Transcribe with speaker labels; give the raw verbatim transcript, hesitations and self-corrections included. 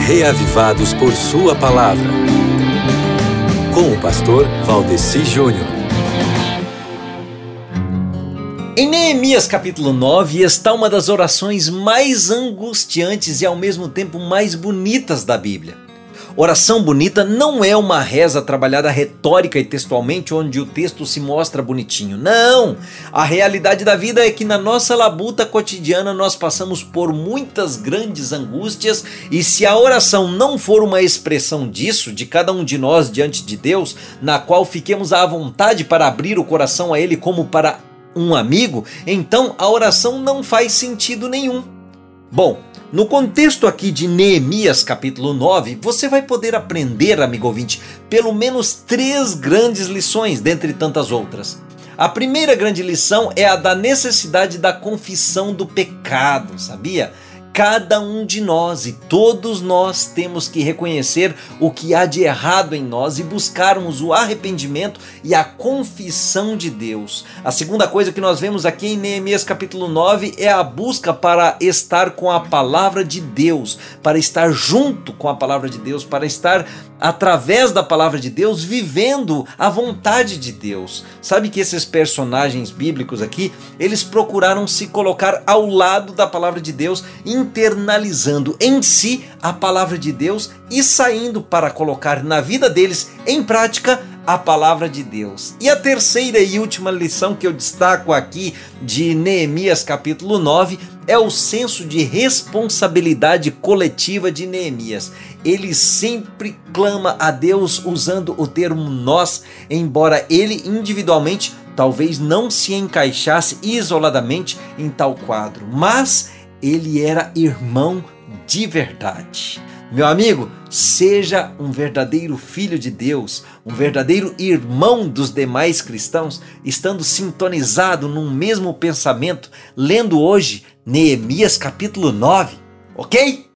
Speaker 1: reavivados por sua palavra. Com o pastor Valdeci Júnior.
Speaker 2: Em Neemias capítulo nove está uma das orações mais angustiantes e ao mesmo tempo mais bonitas da Bíblia. Oração bonita não é uma reza trabalhada retórica e textualmente onde o texto se mostra bonitinho. Não! A realidade da vida é que na nossa labuta cotidiana nós passamos por muitas grandes angústias e se a oração não for uma expressão disso, de cada um de nós diante de Deus, na qual fiquemos à vontade para abrir o coração a Ele como para um amigo, então a oração não faz sentido nenhum. Bom, no contexto aqui de Neemias capítulo nove, você vai poder aprender, amigo ouvinte, pelo menos três grandes lições, dentre tantas outras. A primeira grande lição é a da necessidade da confissão do pecado, sabia? Cada um de nós e todos nós temos que reconhecer o que há de errado em nós e buscarmos o arrependimento e a confissão de Deus. A segunda coisa que nós vemos aqui em Neemias capítulo nove é a busca para estar com a palavra de Deus, para estar junto com a palavra de Deus, para estar através da palavra de Deus vivendo a vontade de Deus. Sabe que esses personagens bíblicos aqui, eles procuraram se colocar ao lado da palavra de Deus, internalizando em si a palavra de Deus e saindo para colocar na vida deles em prática a palavra de Deus. E a terceira e última lição que eu destaco aqui de Neemias capítulo nove é o senso de responsabilidade coletiva de Neemias. Ele sempre clama a Deus usando o termo nós, embora ele individualmente talvez não se encaixasse isoladamente em tal quadro, mas ele era irmão de verdade. Meu amigo, seja um verdadeiro filho de Deus, um verdadeiro irmão dos demais cristãos, estando sintonizado num mesmo pensamento, lendo hoje Neemias capítulo nove, ok?